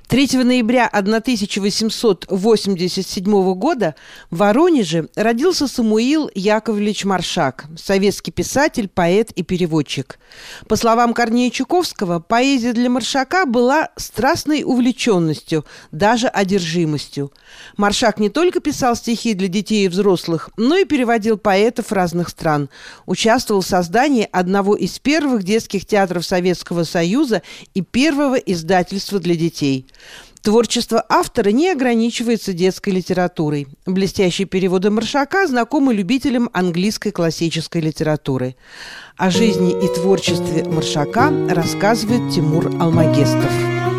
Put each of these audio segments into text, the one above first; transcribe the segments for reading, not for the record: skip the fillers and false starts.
3 ноября 1887 года в Воронеже родился Самуил Яковлевич Маршак, советский писатель, поэт и переводчик. По словам Корнея Чуковского, поэзия для Маршака была страстной увлеченностью, даже одержимостью. Маршак не только писал стихи для детей и взрослых, но и переводил поэтов разных стран. Участвовал в создании одного из первых детских театров Советского Союза и первого издательства для детей. Творчество автора не ограничивается детской литературой. Блестящие переводы Маршака знакомы любителям английской классической литературы. О жизни и творчестве Маршака рассказывает Тимур Алмагестов.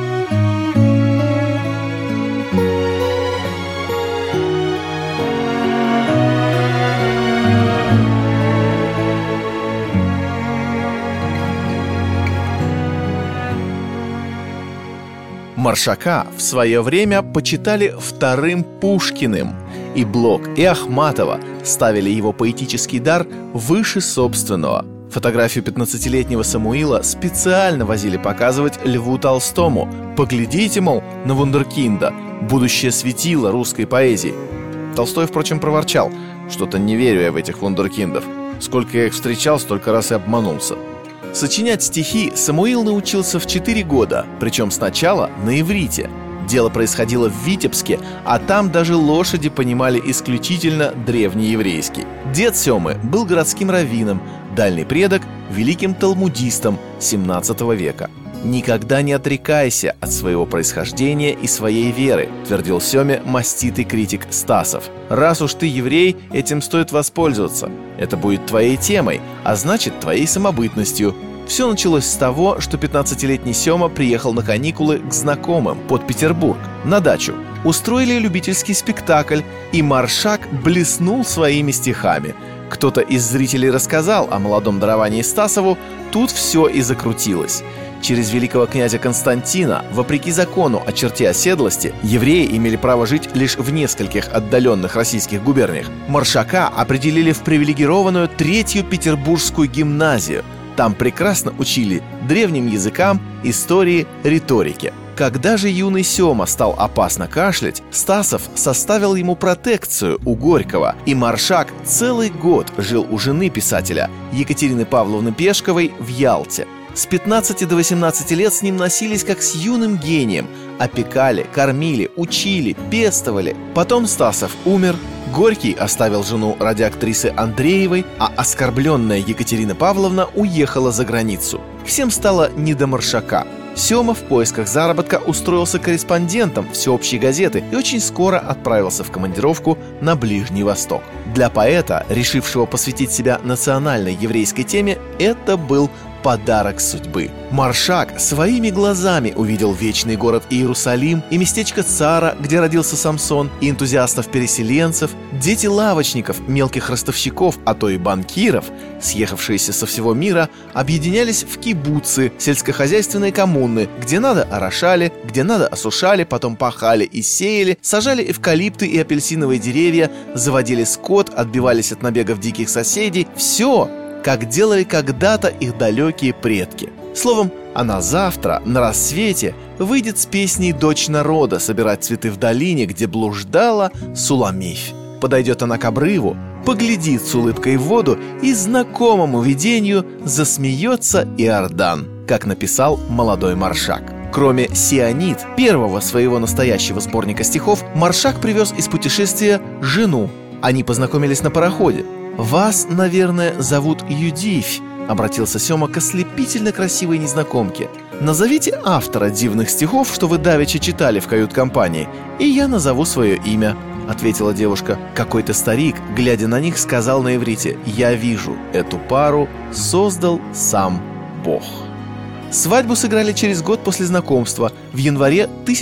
Маршака в свое время почитали вторым Пушкиным. И Блок, и Ахматова ставили его поэтический дар выше собственного. Фотографию 15-летнего Самуила специально возили показывать Льву Толстому. Поглядите, мол, на вундеркинда, будущее светило русской поэзии. Толстой, впрочем, проворчал: что-то не верю я в этих вундеркиндов. Сколько я их встречал, столько раз и обманулся. Сочинять стихи Самуил научился в 4 года, причем сначала на иврите. Дело происходило в Витебске, а там даже лошади понимали исключительно древнееврейский. Дед Семы был городским раввином, дальний предок – великим талмудистом XVII века. «Никогда не отрекайся от своего происхождения и своей веры», твердил Семе маститый критик Стасов. «Раз уж ты еврей, этим стоит воспользоваться. Это будет твоей темой, а значит, твоей самобытностью». Все началось с того, что 15-летний Сема приехал на каникулы к знакомым под Петербург, на дачу. Устроили любительский спектакль, и Маршак блеснул своими стихами. Кто-то из зрителей рассказал о молодом даровании Стасову, тут все и закрутилось. Через великого князя Константина, вопреки закону о черте оседлости, евреи имели право жить лишь в нескольких отдаленных российских губерниях. Маршака определили в привилегированную 3-ю Петербургскую гимназию. Там прекрасно учили древним языкам, истории, риторике. Когда же юный Сема стал опасно кашлять, Стасов составил ему протекцию у Горького, и Маршак целый год жил у жены писателя Екатерины Павловны Пешковой в Ялте. С 15 до 18 лет с ним носились как с юным гением. Опекали, кормили, учили, пестовали. Потом Стасов умер, Горький оставил жену ради актрисы Андреевой, а оскорбленная Екатерина Павловна уехала за границу. Всем стало не до Маршака. Сема в поисках заработка устроился корреспондентом всеобщей газеты и очень скоро отправился в командировку на Ближний Восток. Для поэта, решившего посвятить себя национальной еврейской теме, это был подарок судьбы. Маршак своими глазами увидел вечный город Иерусалим и местечко Цара, где родился Самсон, и энтузиастов-переселенцев, дети лавочников, мелких ростовщиков, а то и банкиров, съехавшиеся со всего мира, объединялись в кибуцы, сельскохозяйственные коммуны, где надо орошали, где надо осушали, потом пахали и сеяли, сажали эвкалипты и апельсиновые деревья, заводили скот, отбивались от набегов диких соседей. Все, как делали когда-то их далекие предки. Словом, а на завтра, на рассвете, выйдет с песней «Дочь народа» собирать цветы в долине, где блуждала Суламифь. Подойдет она к обрыву, поглядит с улыбкой в воду, и знакомому видению засмеется Иордан, как написал молодой Маршак. Кроме «Сионид», первого своего настоящего сборника стихов, Маршак привез из путешествия жену. Они познакомились на пароходе. «Вас, наверное, зовут Юдивь», — обратился Сема к ослепительно красивой незнакомке. «Назовите автора дивных стихов, что вы давеча читали в кают-компании, и я назову свое имя», — ответила девушка. Какой-то старик, глядя на них, сказал на иврите: «Я вижу, эту пару создал сам Бог». Свадьбу сыграли через год после знакомства, в январе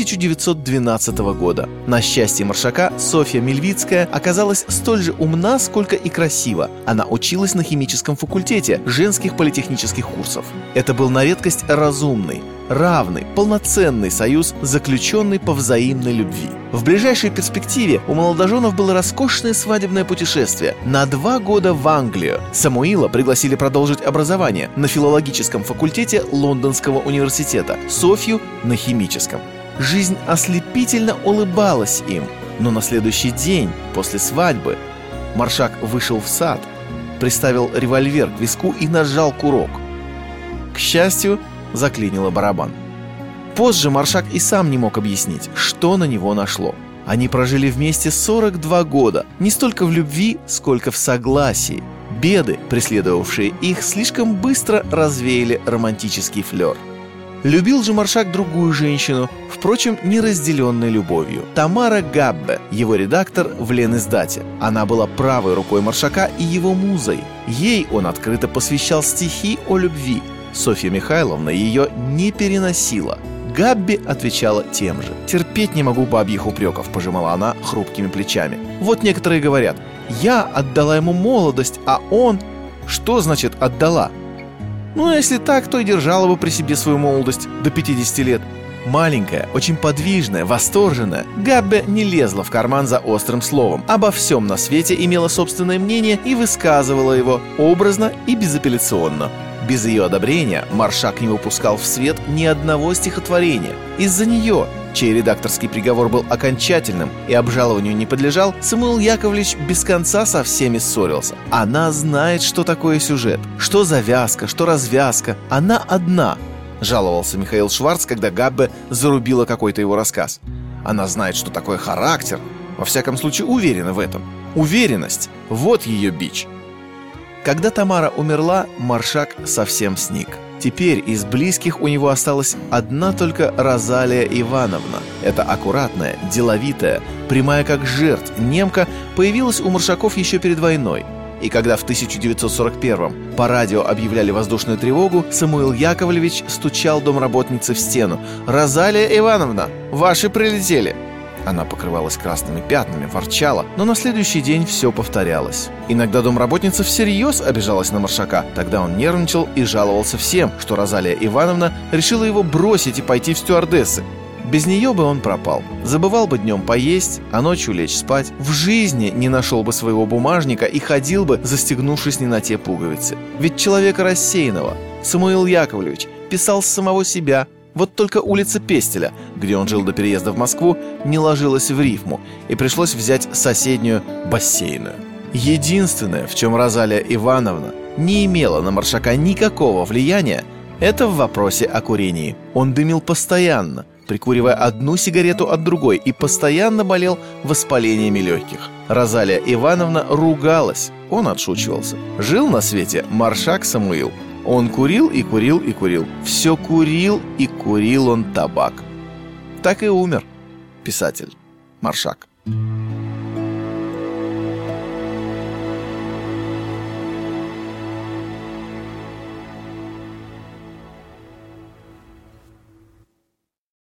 1912 года. На счастье Маршака, Софья Мельвицкая оказалась столь же умна, сколько и красива. Она училась на химическом факультете женских политехнических курсов. Это был на редкость разумный, равный, полноценный союз, заключенный по взаимной любви. В ближайшей перспективе у молодоженов было роскошное свадебное путешествие на 2 года в Англию. Самуила пригласили продолжить образование на филологическом факультете Лондонского университета, Софью на химическом. Жизнь ослепительно улыбалась им. Но на следующий день, после свадьбы, Маршак вышел в сад, приставил револьвер к виску и нажал курок. К счастью, заклинило барабан. Позже Маршак и сам не мог объяснить, что на него нашло. Они прожили вместе 42 года, не столько в любви, сколько в согласии. Беды, преследовавшие их, слишком быстро развеяли романтический флер. Любил же Маршак другую женщину, впрочем, не разделенной любовью. Тамара Габбе, его редактор в Лениздате. Она была правой рукой Маршака и его музой. Ей он открыто посвящал стихи о любви. Софья Михайловна ее не переносила. Габби отвечала тем же. «Терпеть не могу бабьих упреков», — пожимала она хрупкими плечами. «Вот некоторые говорят: я отдала ему молодость, а он...» Что значит «отдала»? Ну, если так, то и держала бы при себе свою молодость до 50 лет. Маленькая, очень подвижная, восторженная, Габбе не лезла в карман за острым словом. Обо всем на свете имела собственное мнение и высказывала его образно и безапелляционно. Без ее одобрения Маршак не выпускал в свет ни одного стихотворения. Из-за нее, чей редакторский приговор был окончательным и обжалованию не подлежал, Самуил Яковлевич без конца со всеми ссорился. Она знает, что такое сюжет, что завязка, что развязка. Она одна, жаловался Михаил Шварц, когда Габбе зарубила какой-то его рассказ. Она знает, что такое характер. Во всяком случае, уверена в этом. Уверенность – вот ее бич. Когда Тамара умерла, Маршак совсем сник. Теперь из близких у него осталась одна только Розалия Ивановна. Эта аккуратная, деловитая, прямая как жерть немка появилась у Маршаков еще перед войной. И когда в 1941-м по радио объявляли воздушную тревогу, Самуил Яковлевич стучал домработнице в стену: «Розалия Ивановна, ваши прилетели!» Она покрывалась красными пятнами, ворчала, но на следующий день все повторялось. Иногда домработница всерьез обижалась на Маршака. Тогда он нервничал и жаловался всем, что Розалия Ивановна решила его бросить и пойти в стюардессы. Без нее бы он пропал. Забывал бы днем поесть, а ночью лечь спать. В жизни не нашел бы своего бумажника и ходил бы, застегнувшись не на те пуговицы. Ведь человека рассеянного Самуил Яковлевич писал с самого себя. Вот только улица Пестеля, где он жил до переезда в Москву, не ложилась в рифму, и пришлось взять соседнюю Бассейную. Единственное, в чем Розалия Ивановна не имела на Маршака никакого влияния, это в вопросе о курении. Он дымил постоянно, прикуривая одну сигарету от другой, и постоянно болел воспалениями легких. Розалия Ивановна ругалась, он отшучивался. Жил на свете Маршак Самуил. Он курил и курил и курил. Все курил и курил он табак. Так и умер писатель Маршак.